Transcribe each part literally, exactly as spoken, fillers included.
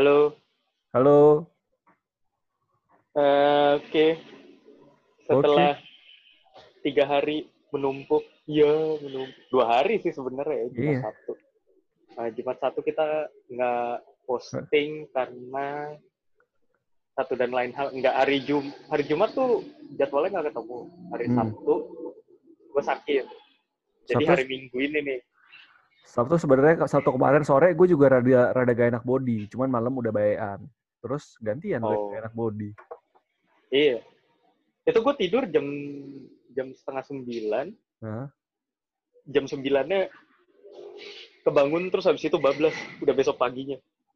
Halo. Halo. Eh, Oke, Oke. setelah tiga hari menumpuk, ya menumpuk dua hari sih sebenarnya ya, Jumat Iya. Sabtu. Nah, Jumat Sabtu kita nggak posting karena satu dan lain hal. Nggak hari Jum hari Jumat tuh jadwalnya nggak ketemu. Hari Hmm. Sabtu gue sakit. Jadi Sabtu hari Minggu ini nih. Sabtu sebenarnya Sabtu kemarin sore gue juga rada rada gak enak body, cuman malam udah baean. Terus gantian gue gak Oh, enak body. iya. Itu gue tidur jam jam setengah sembilan. Nah, Jam sembilannya kebangun terus habis itu bablas. Udah besok paginya.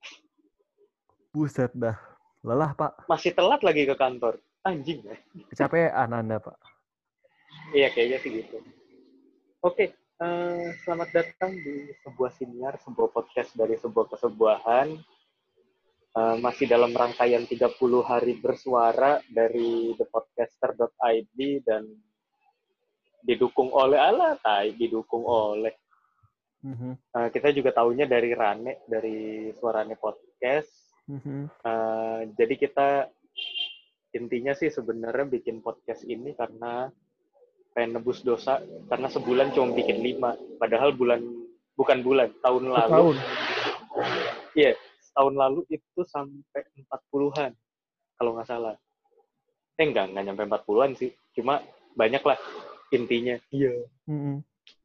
buset dah. Lelah, Pak. Masih telat lagi ke kantor. Anjing ya. Kecapean Anda, Pak. Iya, kayaknya sih gitu. Oke, eh, selamat datang di sebuah siniar, sebuah podcast dari sebuah kesebuahan. Eh, masih dalam rangkaian tiga puluh hari bersuara dari the podcaster dot i d dan didukung oleh ala tai didukung oleh Mhm. eh, kita juga tahunya dari Rane, dari Suarane Podcast. Mhm. Eh, jadi kita intinya sih sebenarnya bikin podcast ini karena pengen nebus dosa, karena sebulan cuma bikin lima, padahal bulan bukan bulan tahun lalu, Setahun. iya, yeah, tahun lalu itu sampai empat puluhan kalau nggak salah. Eh enggak, nggak nyampe empat puluhan sih, cuma banyak lah intinya. Iya. Yeah. Mhm.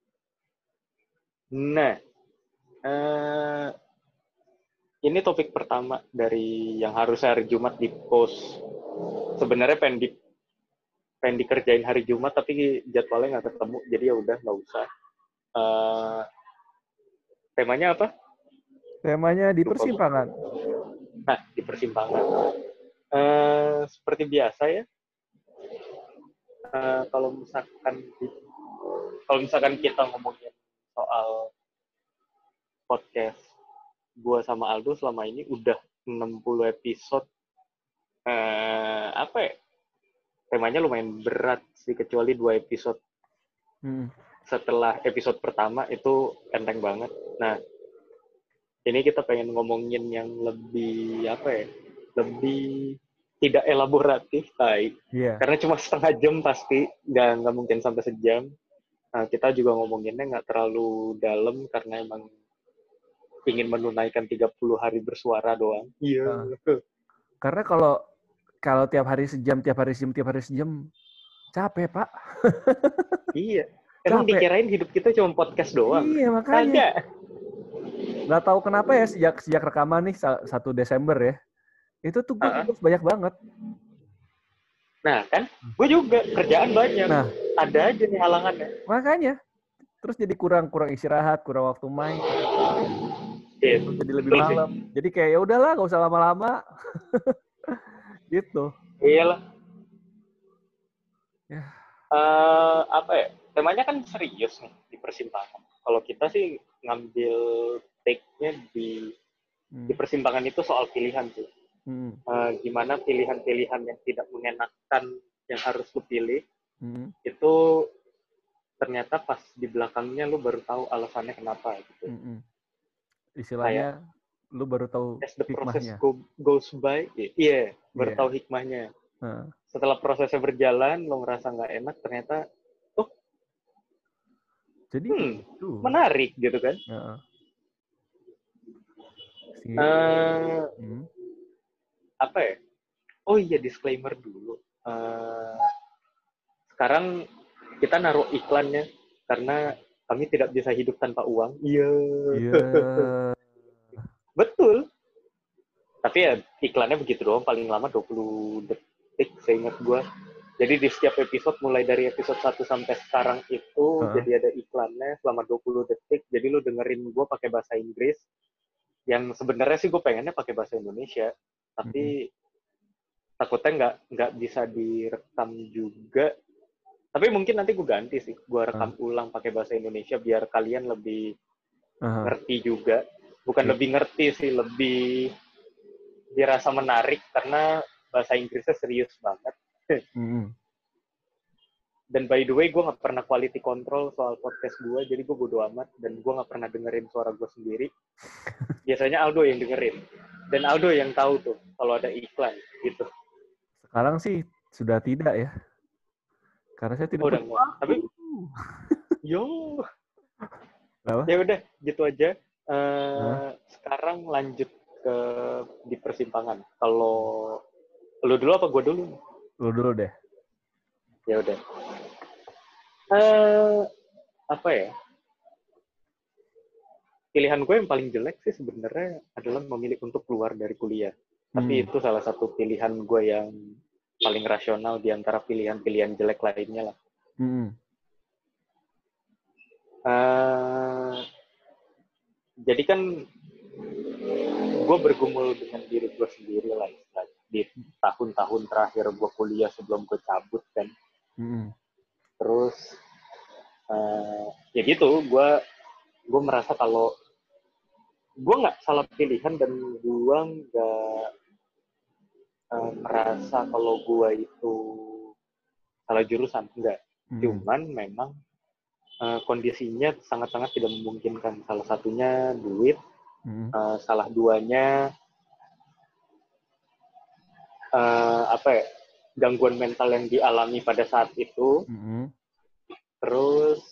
Nah, eh, ini topik pertama dari yang harus hari Jumat di post. Sebenarnya pengen di pengen dikerjain hari Jumat tapi jadwalnya nggak ketemu, jadi ya udah nggak usah. Eh, temanya apa? Temanya di Lupa gue. persimpangan. Nah, di persimpangan. Eh, seperti biasa ya, eh, kalau misalkan kalau misalkan kita ngomongin soal podcast gua sama Aldo selama ini udah enam puluh episode, eh, apa ya, temanya lumayan berat sih, kecuali dua episode Mhm. setelah episode pertama itu enteng banget. Nah, ini kita pengen ngomongin yang lebih apa ya, lebih tidak elaboratif, tai. Iya. Karena cuma setengah jam pasti, nggak nggak mungkin sampai sejam. Nah, kita juga ngomonginnya nggak terlalu dalam karena emang ingin menunaikan tiga puluh hari bersuara doang. Heeh. Iya. Karena kalau kalau tiap hari sejam, tiap hari sejam, tiap hari sejam, capek, Pak. Iya. Emang Capek. dikirain hidup kita cuma podcast doang? Iya, makanya. Kagak. Nggak tahu kenapa ya sejak sejak rekaman nih satu Desember ya. Itu tuh gue Uh-uh. tugas banyak banget. Nah, kan? Gue juga. Kerjaan banyak. Nah, Ada aja nih halangannya. makanya. Terus jadi kurang kurang istirahat, kurang waktu main. Iya. Terus jadi lebih Betul sih. malam. Jadi kayak ya udahlah, nggak usah lama-lama. Gitu. Iyalah. Ya. Uh, apa ya? Temanya kan serius nih di persimpangan. Kalau kita sih ngambil take-nya di di Hmm. persimpangan itu soal pilihan tuh. Hmm. Uh, gimana pilihan-pilihan yang tidak mengenakan yang harus lu pilih, Hmm. itu ternyata pas di belakangnya lu baru tahu alasannya kenapa gitu. Hmm. Kayak Istilahnya lu baru tahu as the process hikmahnya. go, goes by, iya, yeah, baru Iya. tahu hikmahnya. Nah. Setelah prosesnya berjalan, lo ngerasa nggak enak, ternyata, oh, Jadi hmm, begitu. menarik gitu kan. Nah. Si. Uh, Hmm. apa ya? Oh iya, disclaimer dulu. Uh, sekarang kita naruh iklannya karena kami tidak bisa hidup tanpa uang. Iya. Iya. Betul. Tapi ya iklannya begitu doang, paling lama dua puluh detik seingat gue. Jadi di setiap episode, mulai dari episode satu sampai sekarang itu, Uh-uh. jadi ada iklannya selama dua puluh detik. Jadi lu dengerin gue pakai bahasa Inggris. Yang sebenarnya sih gue pengennya pakai bahasa Indonesia. Tapi mm-hmm. takutnya nggak nggak bisa direkam juga. Tapi mungkin nanti gue ganti sih. Gue rekam uh. ulang pakai bahasa Indonesia biar kalian lebih uh-huh. ngerti juga. Bukan yeah. lebih ngerti sih, lebih dirasa menarik karena bahasa Inggrisnya serius banget. Mm-hmm. Dan by the way, gue gak pernah quality control soal podcast gue, jadi gue bodo amat, dan gue gak pernah dengerin suara gue sendiri. Biasanya Aldo yang dengerin. Dan Aldo yang tahu tuh kalau ada iklan gitu. Sekarang sih sudah tidak ya. Karena saya tidak Oh, udah punya enggak. waktu. Tapi yo, Apa? ya udah gitu aja. Hah? Uh, sekarang lanjut ke di persimpangan. Kalau lu dulu apa gue dulu? Lu dulu deh. Ya udah. Uh, apa ya? Pilihan gue yang paling jelek sih sebenarnya adalah memilih untuk keluar dari kuliah. Tapi Hmm. itu salah satu pilihan gue yang paling rasional di antara pilihan-pilihan jelek lainnya lah. Hmm. Uh, jadi kan gue bergumul dengan diri gue sendiri lah di tahun-tahun terakhir gue kuliah sebelum gue cabut kan. Hmm. Terus uh, ya gitu, gue gue merasa kalau gue nggak salah pilihan dan gue nggak uh, merasa kalau gue itu salah jurusan, enggak. Hmm. Cuman memang uh, kondisinya sangat-sangat tidak memungkinkan. Salah satunya duit, Hmm. uh, salah duanya uh, apa ya, gangguan mental yang dialami pada saat itu. Hmm. Terus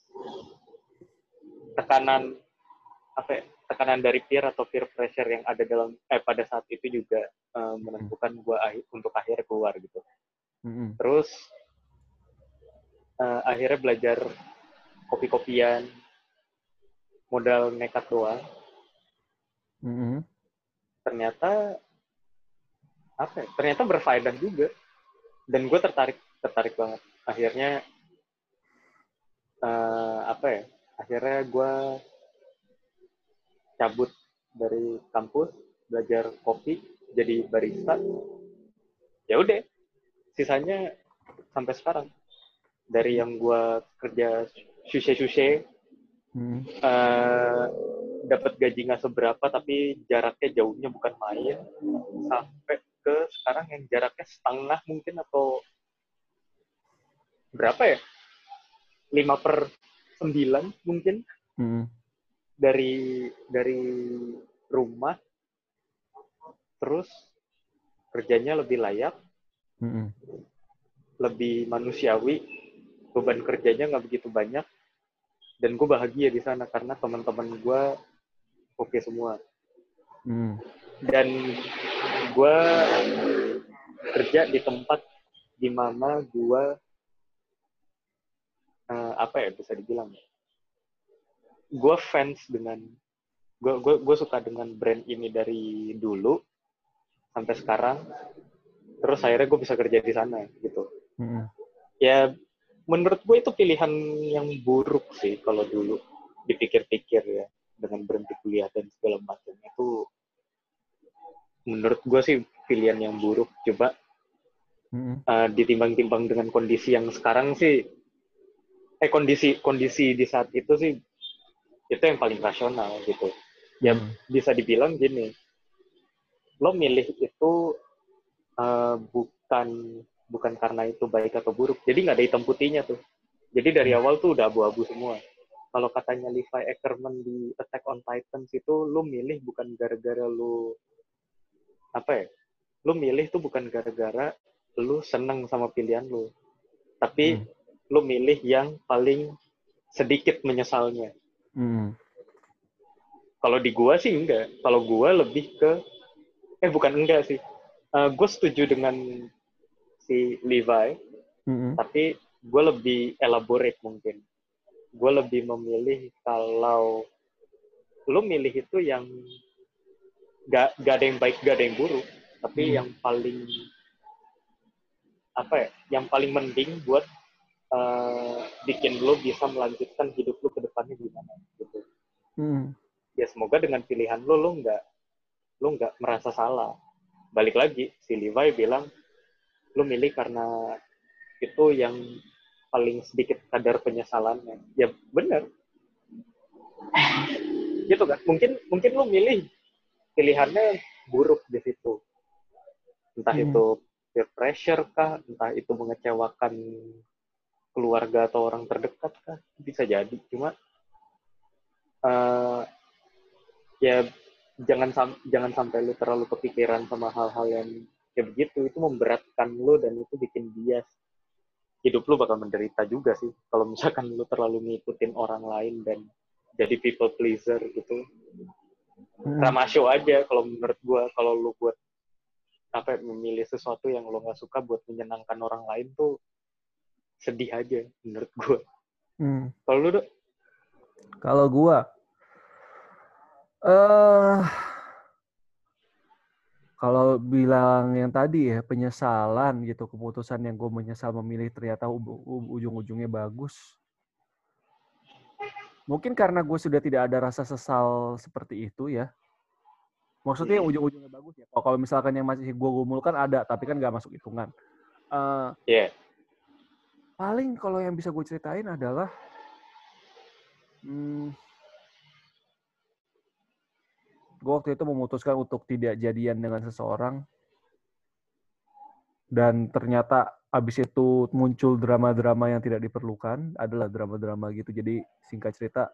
tekanan apa ya, tekanan dari peer atau peer pressure yang ada dalam eh pada saat itu juga uh, menentukan gue untuk akhirnya keluar gitu. Hmm. Terus uh, akhirnya belajar kopi-kopian, modal nekat doang. Hmm. Ternyata apa ya, ternyata berfaedah juga. Dan gue tertarik tertarik banget. Akhirnya uh, apa ya? Akhirnya gue cabut dari kampus, belajar kopi, jadi barista. Ya udah, sisanya sampai sekarang. Dari yang gue kerja susah-susah, Hmm. uh, dapat gaji nggak seberapa tapi jaraknya jauhnya bukan main, sampai ke sekarang yang jaraknya setengah mungkin atau berapa ya, lima per sembilan mungkin. Hmm. dari dari rumah, terus kerjanya lebih layak, Hmm. lebih manusiawi, beban kerjanya nggak begitu banyak, dan gue bahagia di sana karena teman-teman gue oke semua. Hmm. Dan gue kerja di tempat di mana gue uh, apa ya bisa dibilang, gue fans dengan gue gue gue suka dengan brand ini dari dulu sampai sekarang. Terus akhirnya gue bisa kerja di sana gitu. Hmm. Ya menurut gue itu pilihan yang buruk sih kalau dulu dipikir-pikir ya, dengan berhenti kuliah dan segala macam itu. Menurut gue sih pilihan yang buruk. Coba Hmm. uh, ditimbang-timbang dengan kondisi yang sekarang sih, eh kondisi kondisi di saat itu sih itu yang paling rasional gitu. Ya Hmm. bisa dibilang gini, lo milih itu uh, bukan bukan karena itu baik atau buruk. Jadi nggak ada hitam putihnya tuh. Jadi dari awal tuh udah abu-abu semua. Kalau katanya Levi Ackerman di Attack on Titans itu, lu milih bukan gara-gara lu apa ya? Lu milih tuh bukan gara-gara lu seneng sama pilihan lu, tapi Hmm. lu milih yang paling sedikit menyesalnya. Hmm. Kalau di gua sih enggak. Kalau gua lebih ke eh bukan enggak sih. Uh, gue setuju dengan si Levi, Hmm. tapi gue lebih elaborate mungkin. Gue lebih memilih kalau lu milih itu yang gak, gak ada yang baik, gak ada yang buruk, tapi Hmm. yang paling apa ya, yang paling mending buat uh, bikin lu bisa melanjutkan hidup lu ke depannya gimana gitu. Hmm. Ya semoga dengan pilihan lu lu nggak lu nggak merasa salah. Balik lagi, si Levi bilang lu milih karena itu yang paling sedikit kadar penyesalannya. Ya benar. Gitu kan. Mungkin mungkin lu milih pilihannya buruk di situ. Entah Hmm. itu peer pressure kah, entah itu mengecewakan keluarga atau orang terdekat kah, bisa jadi. Cuma uh, ya jangan sam- jangan sampai lu terlalu kepikiran sama hal-hal yang kayak begitu, itu memberatkan lu dan itu bikin bias. Hidup lu bakal menderita juga sih kalau misalkan lu terlalu ngikutin orang lain dan jadi people pleaser gitu. Hmm. Ramasyo aja kalau menurut gua, kalau lu buat apa memilih sesuatu yang lo nggak suka buat menyenangkan orang lain tuh sedih aja menurut gua. Hmm. Kalau lu Dok? Kalau gua eh uh, kalau bilang yang tadi ya, penyesalan gitu, keputusan yang gue menyesal memilih ternyata u- ujung-ujungnya bagus. Mungkin karena gue sudah tidak ada rasa sesal seperti itu ya. Maksudnya yang ujung-ujungnya bagus ya. Kalau misalkan yang masih gue gumulkan ada, tapi kan nggak masuk hitungan. Uh, yeah. Paling kalau yang bisa gue ceritain adalah hmm, gue waktu itu memutuskan untuk tidak jadian dengan seseorang. Dan ternyata abis itu muncul drama-drama yang tidak diperlukan, adalah drama-drama gitu. Jadi singkat cerita,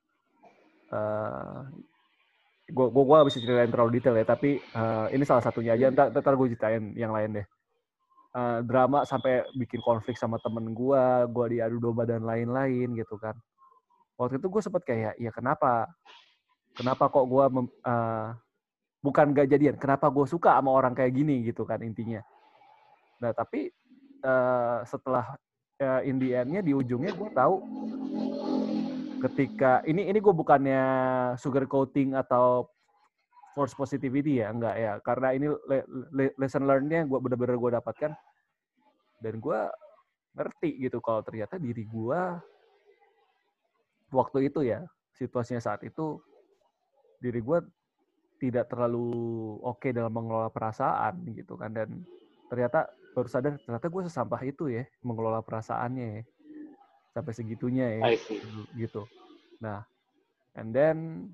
uh, gue gue gue bisa ceritain terlalu detail ya. Tapi uh, ini salah satunya aja. Ntar, ntar gue ceritain yang lain deh. Uh, drama sampai bikin konflik sama temen gue, gue diadu domba dan lain-lain gitu kan. Waktu itu gue sempet kayak, ya kenapa? Kenapa kok gue uh, bukan gak jadian? Kenapa gue suka sama orang kayak gini gitu kan intinya. Nah tapi uh, setelah uh, in the end-nya di ujungnya gue tahu ketika ini ini gue bukannya sugar coating atau force positivity ya, enggak ya, karena ini le, le, lesson learn-nya gue benar-benar gue dapatkan dan gue ngerti gitu kalau ternyata diri gue waktu itu ya, situasinya saat itu diri gue tidak terlalu oke okay dalam mengelola perasaan gitu kan, dan ternyata baru sadar ternyata gue sesampah itu ya mengelola perasaannya ya, sampai segitunya ya gitu. Nah and then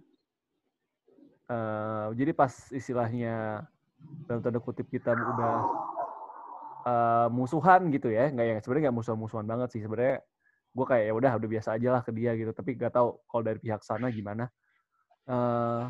uh, jadi pas istilahnya dalam tanda kutip kita udah uh, musuhan gitu ya, nggak yang sebenarnya nggak musuhan-musuhan banget sih sebenarnya, gue kayak ya udah udah biasa aja lah ke dia gitu, tapi nggak tahu kalau dari pihak sana gimana. Uh,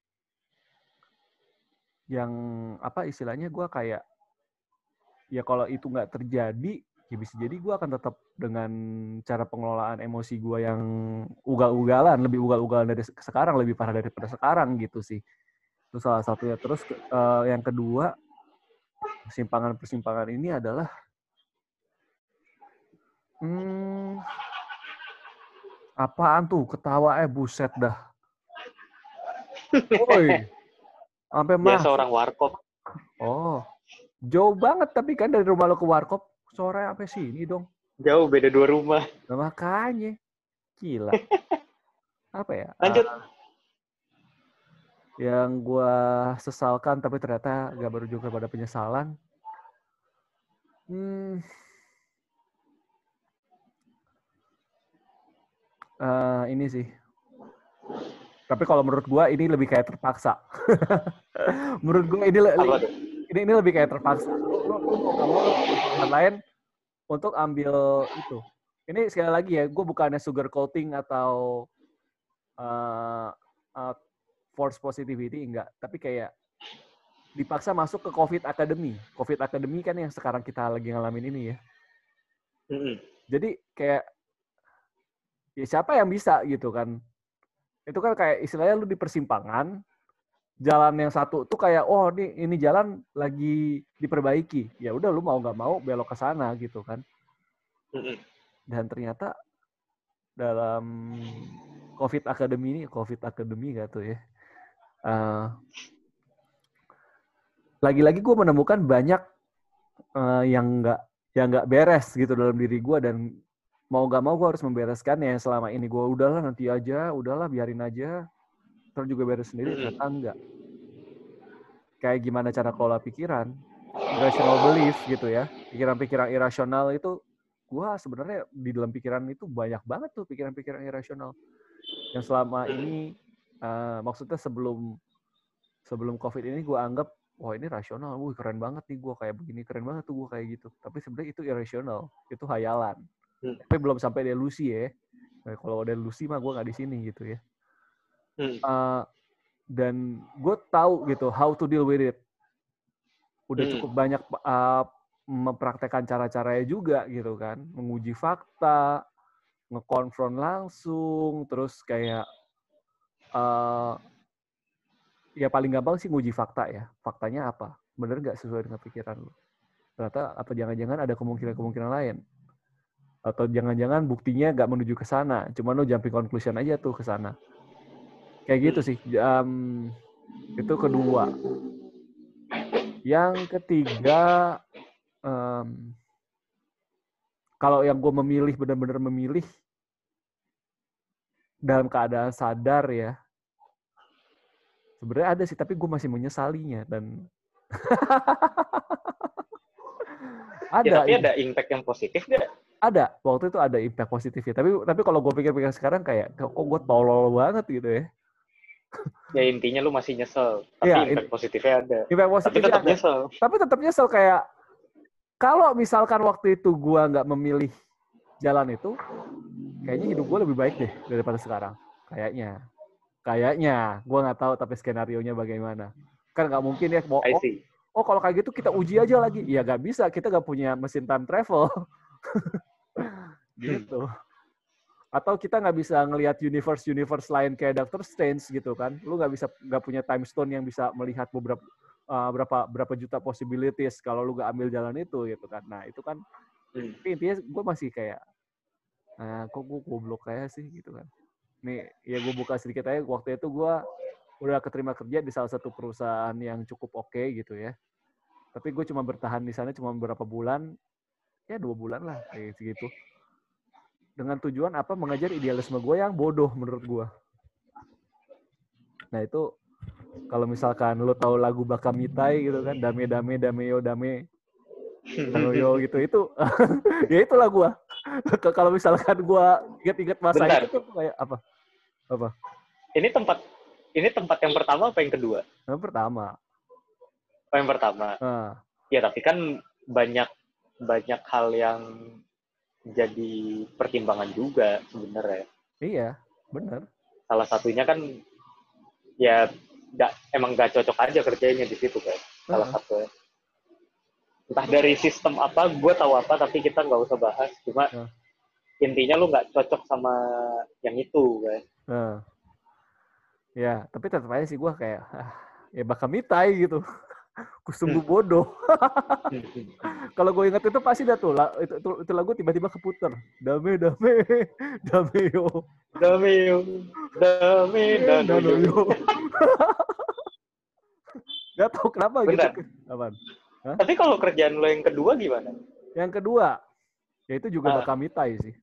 yang apa istilahnya gue kayak ya kalau itu nggak terjadi ya bisa jadi gue akan tetap dengan cara pengelolaan emosi gue yang ugal-ugalan, lebih ugal-ugalan dari sekarang, lebih parah daripada sekarang gitu sih. Itu salah satunya. Terus uh, yang kedua, persimpangan-persimpangan ini adalah hmm, apaan tuh ketawa eh buset dah. Woi. Sampai biasa masuk. Orang warkop. Oh. Jauh banget tapi kan dari rumah lo ke warkop sore sampai sini dong. Jauh, beda dua rumah. Nah, makanya. Gila. Apa ya? Lanjut. Uh, yang gue sesalkan tapi ternyata gak berujung kepada penyesalan. Hmm. Uh, ini sih. Tapi kalau menurut gue ini lebih kayak terpaksa. Menurut gue ini, ini ini lebih kayak terpaksa. Lu, lu, lu mau gak mau lu pilihan lain untuk ambil itu. Ini sekali lagi ya, gue bukannya sugar coating atau uh, uh, force positivity, enggak. Tapi kayak dipaksa masuk ke COVID Academy. COVID Academy kan yang sekarang kita lagi ngalamin ini ya. Mm-hmm. Jadi kayak, ya siapa yang bisa gitu kan. Itu kan kayak istilahnya lu di persimpangan, jalan yang satu tuh kayak, oh ini, ini jalan lagi diperbaiki. Ya udah lu mau nggak mau belok ke sana gitu kan. Mm-hmm. Dan ternyata dalam COVID Academy ini, COVID Academy gak tuh ya. Uh, lagi-lagi gue menemukan banyak uh, yang nggak yang nggak beres gitu dalam diri gue, dan mau nggak mau gue harus membereskan ya. Selama ini gue udahlah nanti aja, udahlah biarin aja, terus juga beres sendiri. Ternyata enggak. Kayak gimana cara kelola pikiran, irrational belief gitu ya, pikiran-pikiran irasional itu, gue sebenarnya di dalam pikiran itu banyak banget tuh pikiran-pikiran irasional yang selama ini uh, maksudnya sebelum sebelum COVID ini gue anggap wah ini rasional, wih keren banget nih gue kayak begini, keren banget tuh gue kayak gitu. Tapi sebenarnya itu irrational, itu hayalan. Hmm. Tapi belum sampai delusi ya. Nah, kalau delusi mah gue nggak di sini gitu ya. Hmm. Uh, dan gue tahu gitu how to deal with it. Udah cukup hmm. banyak uh, mempraktekkan cara-caranya juga gitu kan, menguji fakta, ngekonfront langsung, terus kayak uh, ya paling gampang sih nguji fakta ya. Faktanya apa? Bener nggak sesuai dengan pikiran lu? Ternyata apa jangan-jangan ada kemungkinan-kemungkinan lain? Atau jangan-jangan buktinya nggak menuju ke sana, cuma lu jumping conclusion aja tuh ke sana. Kayak gitu sih. Um, itu kedua. Yang ketiga, um, kalau yang gue memilih, benar-benar memilih dalam keadaan sadar ya, sebenarnya ada sih, tapi gue masih menyesalinya. Dan ada, ya, tapi ada impact yang positif nggak? Ada, waktu itu ada impact positifnya. Tapi tapi kalau gue pikir-pikir sekarang kayak, kok gue tolol banget gitu ya. Ya intinya lu masih nyesel, tapi ya, impact positifnya ada. Impact positifnya tapi tetap ada. nyesel. Tapi tetap nyesel kayak, kalau misalkan waktu itu gue nggak memilih jalan itu, kayaknya hidup gue lebih baik deh daripada sekarang. Kayaknya. Kayaknya. Gue nggak tahu tapi skenario-nya bagaimana. Kan nggak mungkin ya, oh, oh, oh kalau kayak gitu kita uji aja lagi. Ya nggak bisa, kita nggak punya mesin time travel. Gitu. Atau kita nggak bisa ngelihat universe-universe lain kayak Doctor Strange gitu kan. Lu nggak bisa, nggak punya time stone yang bisa melihat beberapa uh, berapa berapa juta possibilities kalau lu nggak ambil jalan itu gitu kan. Nah itu kan hmm. tapi intinya gue masih kayak nah, kok gue goblok kayak sih gitu kan. Nih ya gue buka sedikit aja, waktu itu gue udah keterima kerja di salah satu perusahaan yang cukup oke okay, gitu ya. Tapi gue cuma bertahan di sana cuma beberapa bulan, ya dua bulan lah kayak gitu. Dengan tujuan apa? Mengajar idealisme gue yang bodoh menurut gue. Nah itu kalau misalkan lo tahu lagu Bakamitai gitu kan, dame dame dameo dame dameo gitu, itu ya itulah gue. Kalau misalkan gue ingat-ingat masa Bentar. itu tuh kayak apa? Apa? Ini tempat ini tempat yang pertama apa yang kedua? Yang pertama. Oh, yang pertama. Nah. Ya tapi kan banyak banyak hal yang jadi pertimbangan juga sebenarnya. Iya, benar. Salah satunya kan ya nggak emang nggak cocok aja kerjanya di situ kan. Salah uh-huh. satunya. Entah dari sistem apa, gue tahu apa, tapi kita nggak usah bahas. Cuma uh. intinya lu nggak cocok sama yang itu kan. Uh. Ya, tapi tetap aja sih gue kayak ah, ya Bakamitai gitu. Sungguh bodoh. Kalau gue ingat itu pasti dah tuh, itu, itu, itu lagu tiba-tiba keputer. Dame, dame, dame yo. Dame yo, dame, dame yo. Gak tau kenapa Bentar. gitu. Apaan? Hah? Tapi kalau kerjaan lo yang kedua gimana? Yang kedua, ya itu juga ah. Bakamitai sih.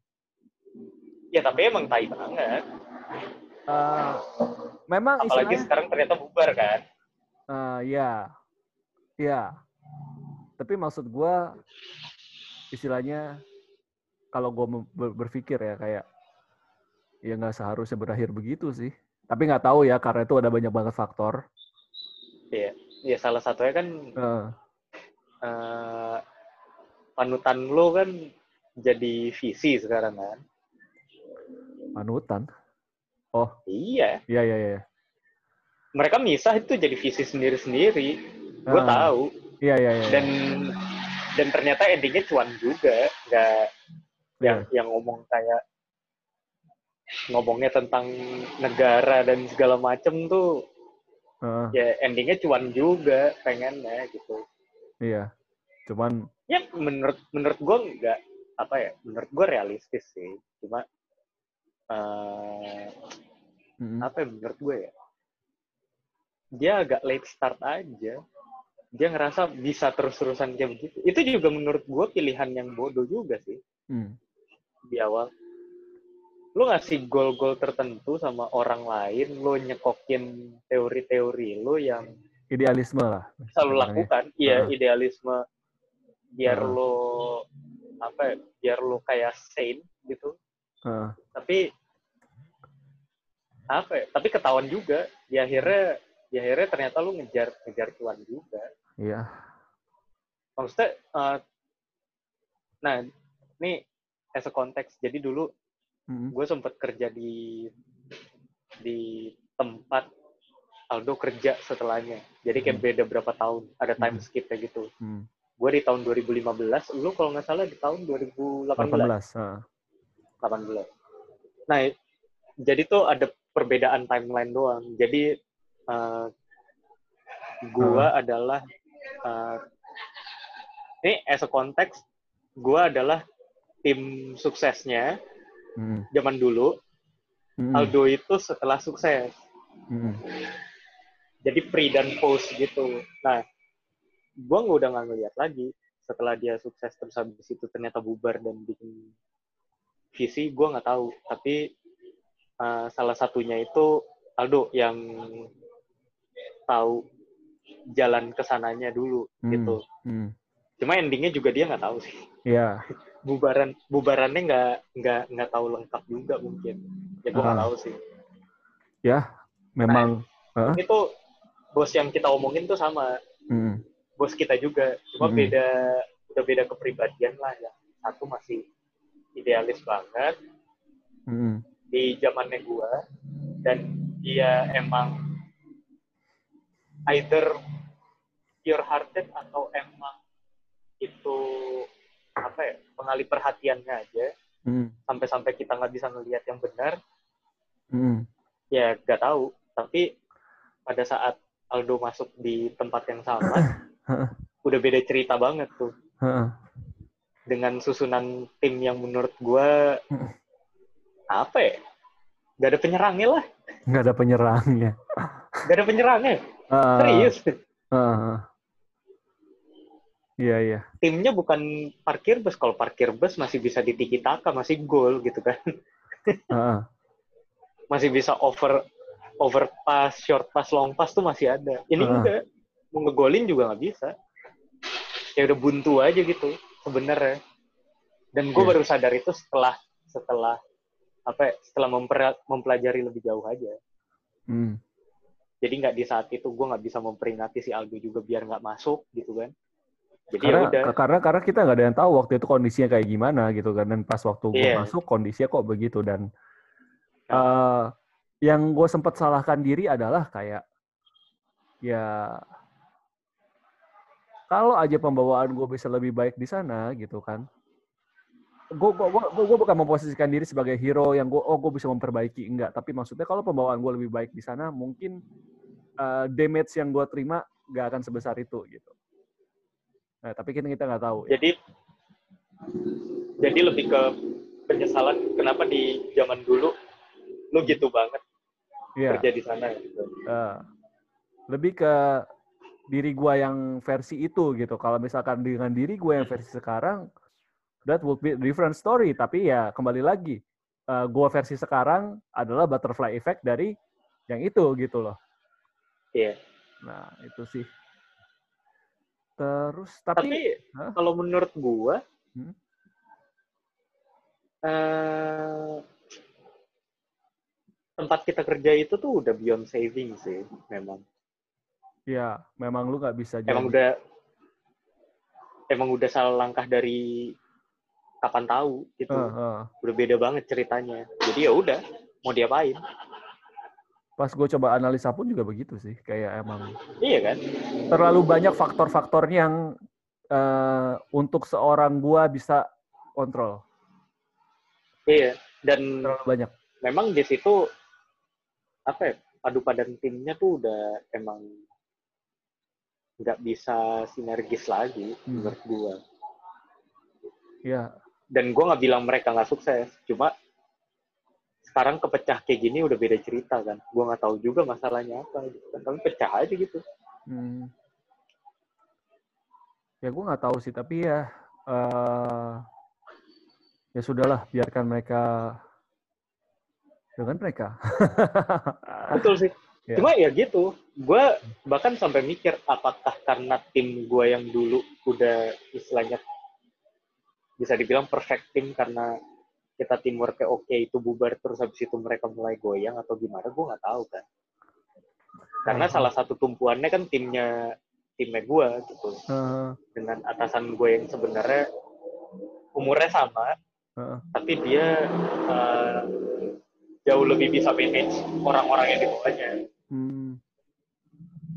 Ya tapi emang tai banget. Uh, memang apalagi istilahnya, sekarang ternyata bubar kan? Uh, ya. Ya, tapi maksud gue istilahnya kalau gue berpikir ya kayak ya nggak seharusnya berakhir begitu sih. Tapi nggak tahu ya karena itu ada banyak banget faktor. Iya, ya salah satunya kan uh. Uh, panutan lo kan jadi V C sekarang kan? Panutan? Oh iya. Iya iya iya. Mereka misah itu jadi V C sendiri-sendiri. Gue uh. tahu. Iya, iya, iya. Dan dan ternyata endingnya cuan juga, nggak yeah. yang yang ngomong kayak ngomongnya tentang negara dan segala macem tuh, uh. ya endingnya cuan juga pengennya gitu. Iya, cuman ya menurut menurut gue nggak apa ya, menurut gue realistis sih, cuma uh, mm-hmm. apa ya menurut gue ya, dia agak late start aja. Dia ngerasa bisa terus-terusan kayak begitu. Itu juga menurut gue pilihan yang bodoh juga sih. Hmm. Di awal. Lu ngasih goal-goal tertentu sama orang lain, lu nyekokin teori-teori lu yang idealisme lah. Selalu lakukan. Iya, uh-huh. idealisme. Biar uh-huh. lu apa ya, biar lu kayak sane gitu. Uh-huh. Tapi apa ya, tapi ketahuan juga. Di akhirnya, di akhirnya ternyata lu ngejar ngejar cuan juga. Iya. Maksudnya, uh, nah, ini as a konteks. Jadi dulu mm-hmm. gue sempat kerja di di tempat Aldo kerja setelahnya. Jadi kayak Hmm. beda berapa tahun, ada time Hmm. skip kayak gitu. Hmm. Gue di tahun dua ribu lima belas, lu kalau nggak salah di tahun dua ribu delapan belas. delapan belas. Uh. delapan belas. Nah, jadi tuh ada perbedaan timeline doang. Jadi uh, gue Uh. adalah uh, ini as a context, gue adalah tim suksesnya Hmm. zaman dulu. Hmm. Aldo itu setelah sukses. Hmm. Jadi pre dan post gitu. Nah, gue udah nggak ngeliat lagi setelah dia sukses terus habis itu ternyata bubar dan bikin visi, gue nggak tahu. Tapi uh, salah satunya itu Aldo yang tahu jalan kesananya dulu Hmm. gitu. Hmm. Cuma endingnya juga dia nggak tahu sih. Iya. Yeah. Bubaran bubarannya nggak nggak nggak tahu lengkap juga mungkin. Ya gue nggak Uh. tahu sih. Ya, memang. Nah, uh. ini tuh bos yang kita omongin tuh sama. Hmm. Bos kita juga, cuma Hmm. beda udah beda kepribadian lah ya. Satu masih idealis banget Hmm. di zamannya gua, dan dia emang either pure hearted atau emang itu apa ya, pengalih perhatiannya aja. Hmm. Sampai-sampai kita nggak bisa ngelihat yang benar. Hmm. Ya nggak tahu, tapi pada saat Aldo masuk di tempat yang sama udah beda cerita banget tuh. Dengan susunan tim yang menurut gue apa ya, nggak ada penyerangnya lah. Nggak ada penyerangnya. Nggak ada penyerangnya. Uh, Serius. Uh, iya iya. Timnya bukan parkir bus. Kalau parkir bus masih bisa ditiki taka, masih gol gitu kan. Uh, Masih bisa over over pass, short pass, long pass tuh masih ada. Ini uh, enggak. Mau ngegolin juga nggak bisa. Ya udah buntu aja gitu sebenarnya. Dan gue yeah. baru sadar itu setelah setelah apa? Setelah memper, mempelajari lebih jauh aja. Hmm. Jadi nggak di saat itu gue nggak bisa memperingati si Aldo juga biar nggak masuk gitu kan. Jadi karena, ya udah. Karena karena kita nggak ada yang tahu waktu itu kondisinya kayak gimana gitu kan. Dan pas waktu gue yeah. masuk kondisinya kok begitu. Dan nah. uh, yang gue sempat salahkan diri adalah kayak ya kalau aja pembawaan gue bisa lebih baik di sana gitu kan. Gue gue gue gue bukan memposisikan diri sebagai hero yang gue oh gue bisa memperbaiki, enggak. Tapi maksudnya kalau pembawaan gue lebih baik di sana, mungkin uh, damage yang gue terima nggak akan sebesar itu gitu. Nah, tapi kita kita nggak tahu. Jadi ya. jadi lebih ke penyesalan kenapa di zaman dulu lu gitu banget yeah. kerja di sana gitu. Uh, lebih ke diri gue yang versi itu gitu. Kalau misalkan dengan diri gue yang versi sekarang, that would be a different story. Tapi ya kembali lagi, uh, gue versi sekarang adalah butterfly effect dari yang itu gitu loh. Iya. Yeah. Nah itu sih. Terus tapi, tapi huh? kalau menurut gue, hmm? uh, tempat kita kerja itu tuh udah beyond saving sih, memang. Ya, memang lu nggak bisa emang jadi. udah emang udah salah langkah dari kapan tahu gitu. Uh, uh. Udah beda banget ceritanya. Jadi ya udah, mau diapain? Pas gue coba analisa pun juga begitu sih, kayak emang. Iya kan? Terlalu banyak faktor-faktor yang uh, untuk seorang gua bisa kontrol. Iya, dan terlalu banyak. Memang di situ apa ya? Padu padan timnya tuh udah emang nggak bisa sinergis lagi hmm. menurut gua. Iya. Dan gua nggak bilang mereka nggak sukses, cuma sekarang kepecah kayak gini udah beda cerita kan. Gue nggak tahu juga masalahnya apa gitu kan. Tapi pecah aja gitu. Hmm. Ya gue nggak tahu sih, tapi ya uh, ya sudahlah, biarkan mereka dengan mereka. Betul sih. Ya. Cuma ya gitu. Gue bahkan sampai mikir apakah karena tim gue yang dulu udah istilahnya bisa dibilang perfect tim karena kita teamworknya oke okay, itu bubar terus habis itu mereka mulai goyang atau gimana, gue nggak tahu kan. Karena uh-huh. salah satu tumpuannya kan timnya timnya gue gitu. Uh-huh. Dengan atasan gue yang sebenarnya umurnya sama, uh-huh. tapi dia uh, jauh lebih bisa manage orang-orang yang di bawahnya. Hmm.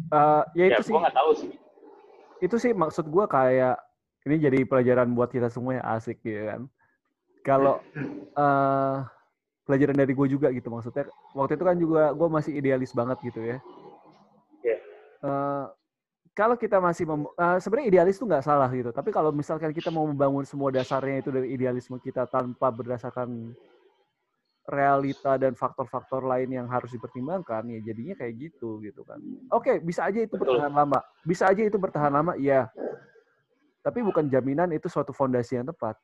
Uh, ya itu Ya, sih. gue nggak tahu sih. Itu sih maksud gue kayak ini jadi pelajaran buat kita semua ya, asik gitu kan. Kalau uh, pelajaran dari gue juga gitu maksudnya. Waktu itu kan juga gue masih idealis banget gitu ya. Yeah. Uh, kalau kita masih mem- uh, sebenarnya idealis itu nggak salah gitu. Tapi kalau misalkan kita mau membangun semua dasarnya itu dari idealisme kita tanpa berdasarkan realita dan faktor-faktor lain yang harus dipertimbangkan, ya jadinya kayak gitu gitu kan. Oke, bisa aja itu Betul. bertahan lama. Bisa aja itu bertahan lama, ya. Tapi bukan jaminan itu suatu fondasi yang tepat.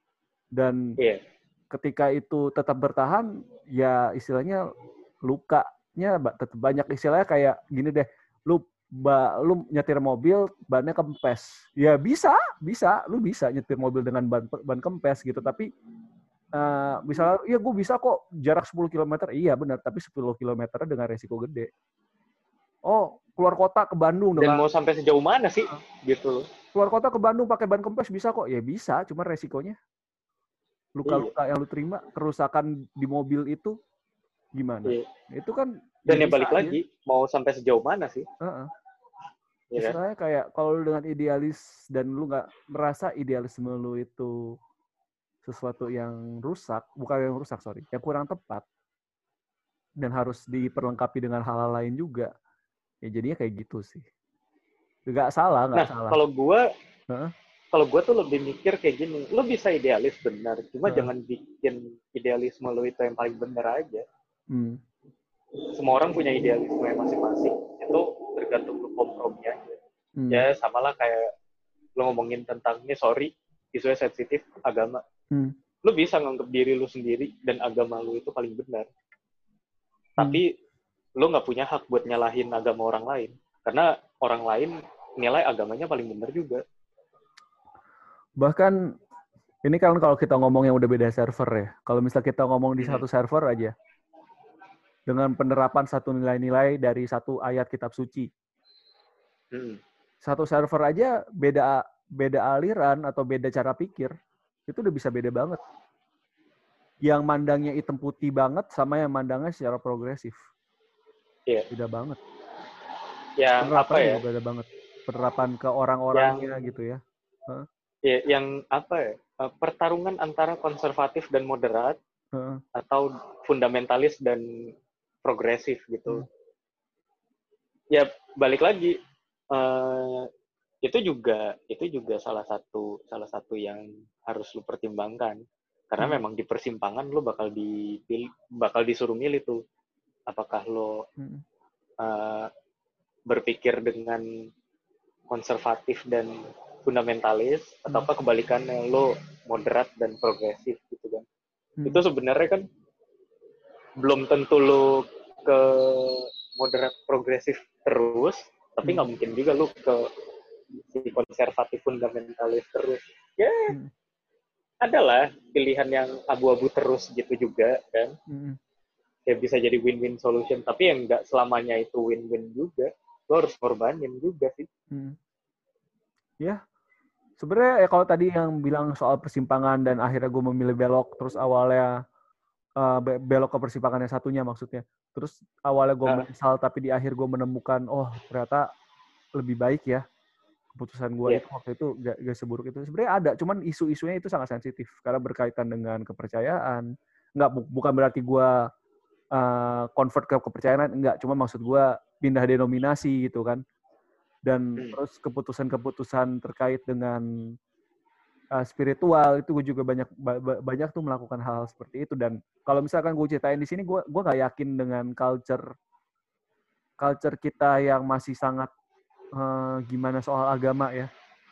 Dan yeah. ketika itu tetap bertahan, ya istilahnya lukanya tetap banyak. Istilahnya kayak gini deh, lu ba, lu nyetir mobil bannya kempes. Ya bisa, bisa, lu bisa nyetir mobil dengan ban ban kempes gitu, tapi uh, misalnya ya gue bisa kok jarak sepuluh kilometer. Iya benar, tapi sepuluh kilometer dengan resiko gede. Oh, keluar kota ke Bandung Dan dengan mau sampai sejauh mana sih uh, gitu. Keluar kota ke Bandung pakai ban kempes bisa kok. Ya bisa, cuma resikonya luka-luka iya. yang lu terima, kerusakan di mobil itu gimana? Iya. Itu kan dan ya, ya balik aja. Lagi mau sampai sejauh mana sih? Uh-uh. Ya, istilahnya kan? Kayak kalau lu dengan idealis dan lu nggak merasa idealisme lu itu sesuatu yang rusak, bukan yang rusak sorry, yang kurang tepat dan harus diperlengkapi dengan hal-hal lain juga, ya jadinya kayak gitu sih. Nggak salah, nggak nah, salah. Kalau gue, uh-uh. kalau gue tuh lebih mikir kayak gini, lu bisa idealis benar, cuma uh-uh. jangan bikin idealisme lu itu yang paling benar aja. Hmm. Semua orang punya idealisme masing-masing, itu tergantung lu kompromi aja. Hmm. Ya samalah kayak lu ngomongin tentang ini, sorry, isunya sensitif, agama. Hmm. Lu bisa nganggap diri lu sendiri dan agama lu itu paling benar. Hmm. Tapi lu nggak punya hak buat nyalahin agama orang lain. Karena orang lain nilai agamanya paling benar juga. Bahkan, ini kan kalau kita ngomong yang udah beda server ya. Kalau misal kita ngomong di hmm. satu server aja, dengan penerapan satu nilai-nilai dari satu ayat kitab suci. Hmm. Satu server aja beda beda aliran atau beda cara pikir, itu udah bisa beda banget. Yang mandangnya hitam putih banget sama yang mandangnya secara progresif. Iya. Beda banget. Yang apa ya? Beda banget. Penerapan ke orang-orangnya yang, gitu ya. Huh? Ya, yang apa ya? Pertarungan antara konservatif dan moderat, huh? Atau fundamentalis dan progresif gitu. Hmm. Ya balik lagi, uh, itu juga itu juga salah satu salah satu yang harus lu pertimbangkan. Karena hmm. memang di persimpangan lu bakal dipilih, bakal disuruh milih tuh. Apakah lo hmm. uh, berpikir dengan konservatif dan fundamentalis, hmm. atau apa kebalikannya lo moderat dan progresif gitu kan. Hmm. Itu sebenarnya kan belum tentu lo ke moderat progresif terus, tapi nggak hmm. mungkin juga lo ke si konservatif fundamentalis terus. Ya, hmm. adalah pilihan yang abu-abu terus gitu juga kan. Hmm. Ya bisa jadi win-win solution, tapi yang nggak selamanya itu win-win juga. Lo harus korbanin juga sih. Hmm. Ya, sebenarnya ya kalau tadi yang bilang soal persimpangan dan akhirnya gue memilih belok, terus awalnya uh, belok ke persimpangan yang satunya maksudnya. Terus awalnya gue uh. menyesal, tapi di akhir gue menemukan, oh ternyata lebih baik ya keputusan gue yeah. itu waktu itu gak, gak seburuk itu. Sebenarnya ada, cuman isu-isunya itu sangat sensitif karena berkaitan dengan kepercayaan. Nggak, bu- bukan berarti gue uh, convert ke kepercayaan, enggak. Cuma maksud gue pindah denominasi gitu kan. Dan hmm. terus keputusan-keputusan terkait dengan uh, spiritual itu gue juga banyak ba- banyak tuh melakukan hal-hal seperti itu. Dan kalau misalkan gue ceritain di sini, gue gue nggak yakin dengan culture culture kita yang masih sangat uh, gimana soal agama ya.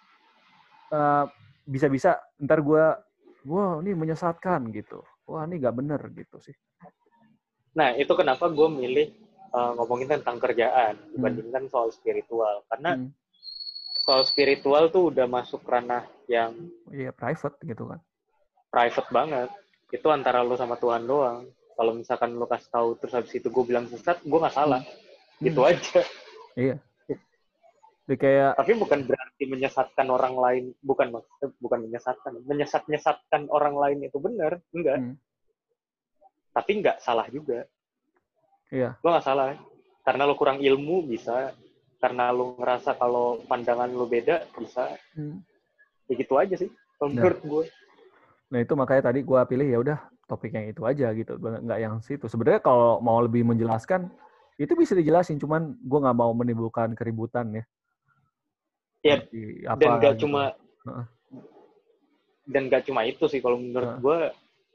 Uh, bisa-bisa ntar gue, wah ini menyesatkan gitu. Wah ini nggak bener gitu sih. Nah itu kenapa gue milih uh, ngomongin tentang kerjaan dibandingkan hmm. soal spiritual. Karena hmm. soal spiritual tuh udah masuk ranah yang iya private gitu kan. Private banget. Itu antara lo sama Tuhan doang. Kalau misalkan lo kasih tahu terus habis itu gue bilang sesat, gue nggak salah. Hmm. Gitu aja. Iya. Jadi kayak. Tapi bukan berarti menyesatkan orang lain. Bukan maksudnya bukan menyesatkan. Menyesat-nyesatkan orang lain itu benar. Enggak. Hmm. Tapi nggak salah juga. Iya. Lo nggak salah. Karena lo kurang ilmu bisa. karena lu ngerasa kalau pandangan lu beda bisa. Hmm. Ya gitu aja sih menurut nah. gue. Nah itu makanya tadi gue pilih ya udah topik yang itu aja gitu, nggak yang situ. Sebenarnya kalau mau lebih menjelaskan itu bisa dijelasin, cuman gue nggak mau menimbulkan keributan ya. Ya apa, dan nggak gitu. cuma uh-uh. dan nggak cuma itu sih kalau menurut uh-uh. gue.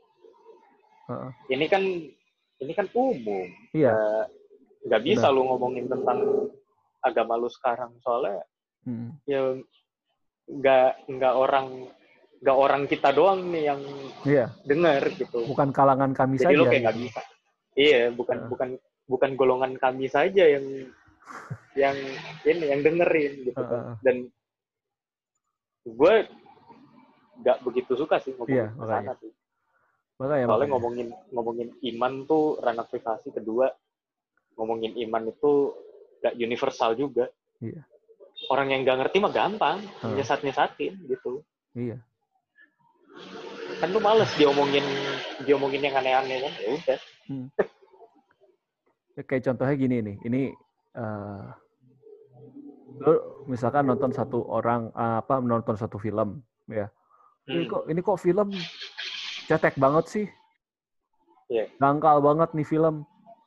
Uh-uh. Ini kan ini kan umum. Iya. Nggak, nggak bisa Benar. Lu ngomongin tentang agama lu sekarang soalnya hmm. ya nggak nggak orang nggak orang kita doang nih yang iya. dengar gitu. Bukan kalangan kami Jadi saja. Jadi lo kayak nggak gitu. bisa. Iya, bukan uh. bukan bukan golongan kami saja yang yang ini yang dengerin gitu uh. kan. Dan gue nggak begitu suka sih ngomongin iya, ke sana sih. Makanya, Soalnya makanya. ngomongin ngomongin iman tuh ranah privasi. Kedua, ngomongin iman itu nggak universal juga. Iya. Orang yang nggak ngerti mah gampang, uh. nyesat-nyesatin gitu. Iya. Kan lu males diomongin diomongin yang aneh-aneh kan, ya udah. Hmm. Kayak contohnya gini nih, ini uh, lu misalkan nonton satu orang uh, apa menonton satu film ya. Hmm. Ini kok ini kok film cetek banget sih. Yeah. Dangkal banget nih film.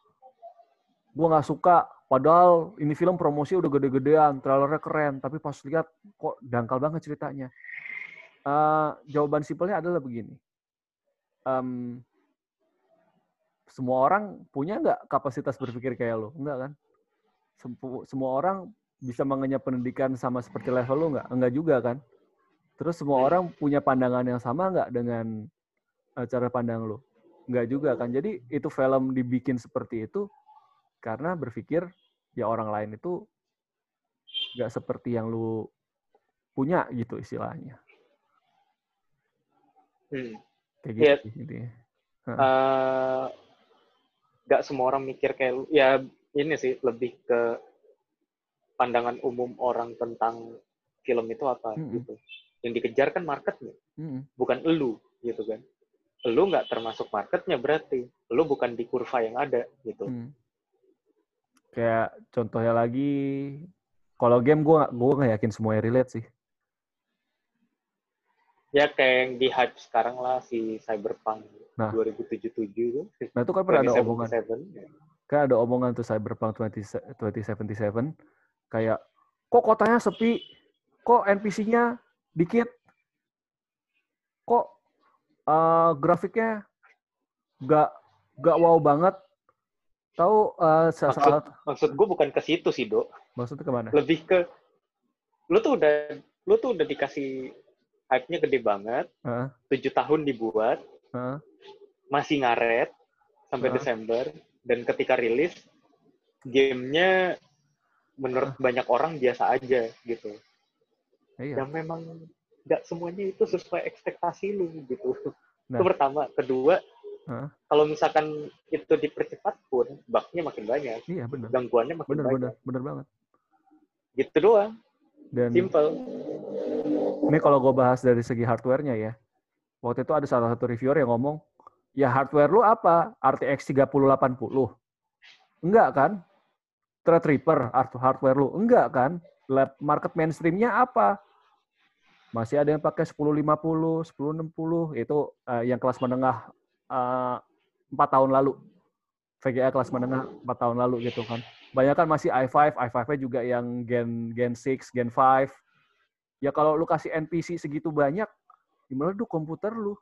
Gue nggak suka, padahal ini film promosi udah gede-gedean, trailernya keren, tapi pas lihat kok dangkal banget ceritanya. Uh, jawaban simpelnya adalah begini. Um, semua orang punya nggak kapasitas berpikir kayak lo? Enggak kan? Sempu, semua orang bisa mengenyam pendidikan sama seperti level lo nggak? Enggak juga kan? Terus semua orang punya pandangan yang sama nggak dengan uh, cara pandang lo? Enggak juga kan? Jadi itu film dibikin seperti itu karena berpikir ya orang lain itu nggak seperti yang lo punya gitu istilahnya. Hmm. Kayak gitu yeah. Gitu ya. Uh, gak semua orang mikir kayak lu. Ya ini sih lebih ke pandangan umum orang tentang film itu apa mm-hmm. gitu. Yang dikejar kan marketnya, mm-hmm. bukan elu gitu kan. Elu nggak termasuk marketnya berarti. Elu bukan di kurva yang ada gitu. Mm. Kayak contohnya lagi, kalau game gue gue nggak yakin semuanya relate sih. Ya kayak yang di hype sekarang lah si Cyberpunk nah. dua ribu tujuh puluh tujuh. Nah itu kan pernah ada omongan. Kan ada omongan tuh Cyberpunk dua ribu tujuh puluh tujuh. Kayak, kok kotanya sepi? Kok N P C-nya dikit? Kok uh, grafiknya gak, gak wow banget? Tahu uh, maksud, salah... maksud gue bukan ke situ sih, Dok. Maksudnya kemana? Lebih ke, lu tuh udah, lu tuh udah dikasih hype-nya gede banget, uh. tujuh tahun dibuat, uh. masih ngaret sampai uh. Desember, dan ketika rilis, gamenya menurut uh. banyak orang biasa aja gitu. Iya. Dan memang nggak semuanya itu sesuai ekspektasi lu gitu. Nah. Itu pertama. Kedua, uh. kalau misalkan itu dipercepat pun, bug-nya makin banyak. Iya, benar. Gangguannya makin bener, banyak. Bener, bener banget. Gitu doang. Dan simple. Ini kalau gue bahas dari segi hardware-nya ya. Waktu itu ada salah satu reviewer yang ngomong, ya hardware lu apa? R T X tiga puluh delapan puluh? Enggak kan? Threadripper hardware lu? Enggak kan? Market mainstream-nya apa? Masih ada yang pakai sepuluh lima puluh, sepuluh enam puluh, itu uh, yang kelas menengah uh, empat tahun lalu. V G A kelas menengah empat tahun lalu gitu kan. Banyak kan masih i lima, i lima-nya juga yang Gen Gen enam, Gen lima. Ya kalau lu kasih N P C segitu banyak, gimana tuh komputer lu?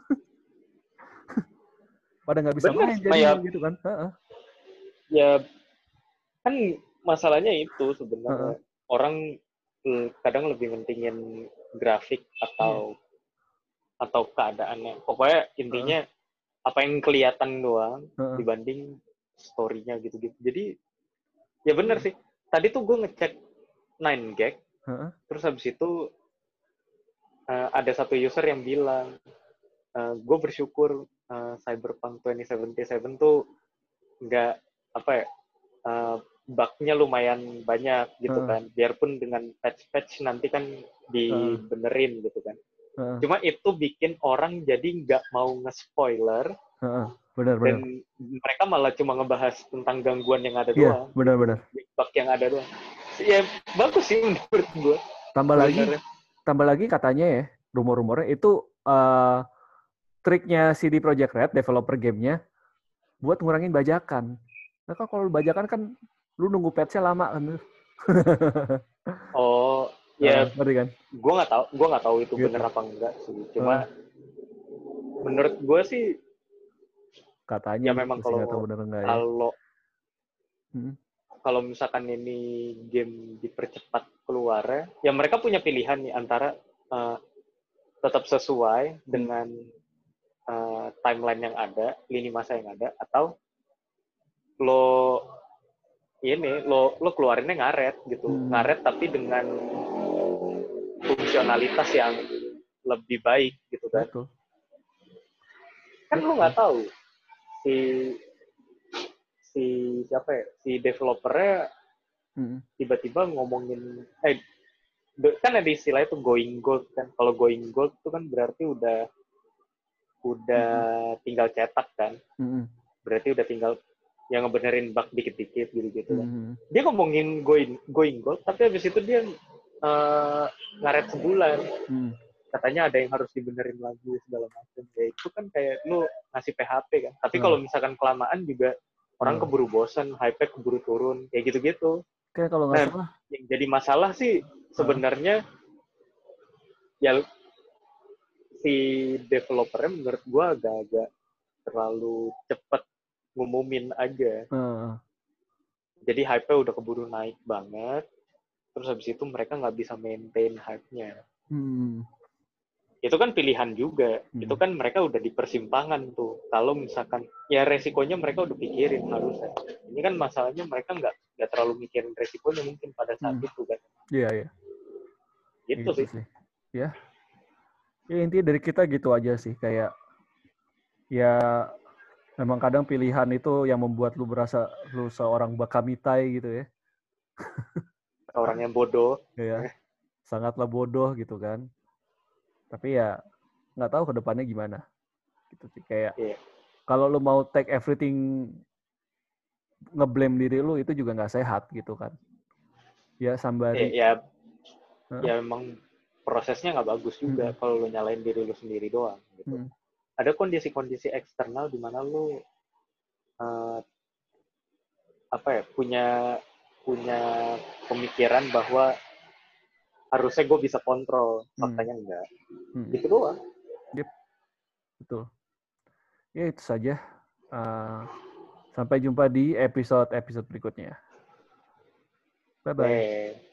Pada nggak bisa Bener, main jadi ya, gitu kan? Uh-uh. Ya kan masalahnya itu sebenarnya uh-uh. orang kadang lebih mentingin grafik atau hmm. atau keadaannya. Pokoknya intinya uh-uh. apa yang kelihatan doang uh-uh. dibanding story-nya gitu-gitu. Jadi ya bener uh-uh. sih. Tadi tuh gue ngecek nine gag. Uh-huh. Terus habis itu uh, ada satu user yang bilang, uh, gue bersyukur uh, Cyberpunk dua ribu tujuh puluh tujuh tuh nggak apa ya, uh, bug-nya lumayan banyak gitu uh-huh. kan. Biarpun dengan patch-patch nanti kan dibenerin uh-huh. gitu kan. Uh-huh. Cuma itu bikin orang jadi nggak mau nge-spoiler. Uh-huh. Benar, dan benar. mereka malah cuma ngebahas tentang gangguan yang ada yeah, doang. Benar-benar. Bug yang ada doang. ya bagus sih menurut gue. Tambah lagi, tambah lagi katanya ya, rumor-rumornya itu uh, triknya C D Projekt Red, developer gamenya, buat ngurangin bajakan. Nah kan kalau bajakan kan lu nunggu patch-nya lama kan. Oh, ya, uh, kan? gue nggak tahu, gue nggak tahu itu gitu. bener apa enggak sih. Cuma uh. menurut gue sih, katanya ya memang gitu, kalau bener enggak, ya. kalau hmm. kalau misalkan ini game dipercepat keluarnya, ya mereka punya pilihan nih antara uh, tetap sesuai hmm. dengan uh, timeline yang ada, lini masa yang ada, atau lo ini lo lo keluarinnya ngaret gitu, hmm. ngaret tapi dengan fungsionalitas yang lebih baik gitu kan. Betul. Kan Betul. Lo nggak tahu si si siapa ya, si developernya hmm. tiba-tiba ngomongin eh kan ada istilah itu going gold kan. Kalau going gold itu kan berarti udah udah hmm. tinggal cetak kan. Hmm. Berarti udah tinggal yang ngebenerin bug dikit-dikit gitu-gitu kan. Hmm. Dia ngomongin going going gold tapi habis itu dia uh, ngaret sebulan. Hmm. Katanya ada yang harus dibenerin lagi segala macam. Ya itu kan kayak lu ngasih P H P kan. Tapi hmm. kalau misalkan kelamaan juga orang hmm. keburu bosan, hype-nya keburu turun, kayak gitu-gitu. Kayak kalau nggak nah, salah. Yang jadi masalah sih sebenarnya hmm. ya si developernya menurut gue agak-agak terlalu cepat ngumumin aja. Hmm. Jadi hype-nya udah keburu naik banget. Terus habis itu mereka nggak bisa maintain hype-nya. Hmm. Itu kan pilihan juga. Hmm. Itu kan mereka udah di persimpangan tuh. Kalau misalkan, ya resikonya mereka udah pikirin harusnya. Ini kan masalahnya mereka nggak nggak terlalu mikirin resikonya mungkin pada saat hmm. itu kan. Iya, iya. Gitu, gitu sih. sih. Ya. Ya intinya dari kita gitu aja sih. Kayak, ya memang kadang pilihan itu yang membuat lu berasa lu seorang bakamitai gitu ya. Orang yang bodoh. Ya. Sangatlah bodoh gitu kan. Tapi ya nggak tahu ke depannya gimana. Gitu sih kayak yeah. Kalau lu mau take everything ngeblame diri lu itu juga nggak sehat gitu kan. Ya sambari. Yeah, ya huh? Ya memang prosesnya nggak bagus juga hmm. kalau lu nyalain diri lu sendiri doang gitu. Hmm. Ada kondisi-kondisi eksternal di mana lu uh, apa ya punya punya pemikiran bahwa harusnya gue bisa kontrol, faktanya hmm. enggak. Hmm. Gitu doang. Yep. Betul. Ya itu saja. Uh, sampai jumpa di episode-episode berikutnya. Bye-bye. Yeah.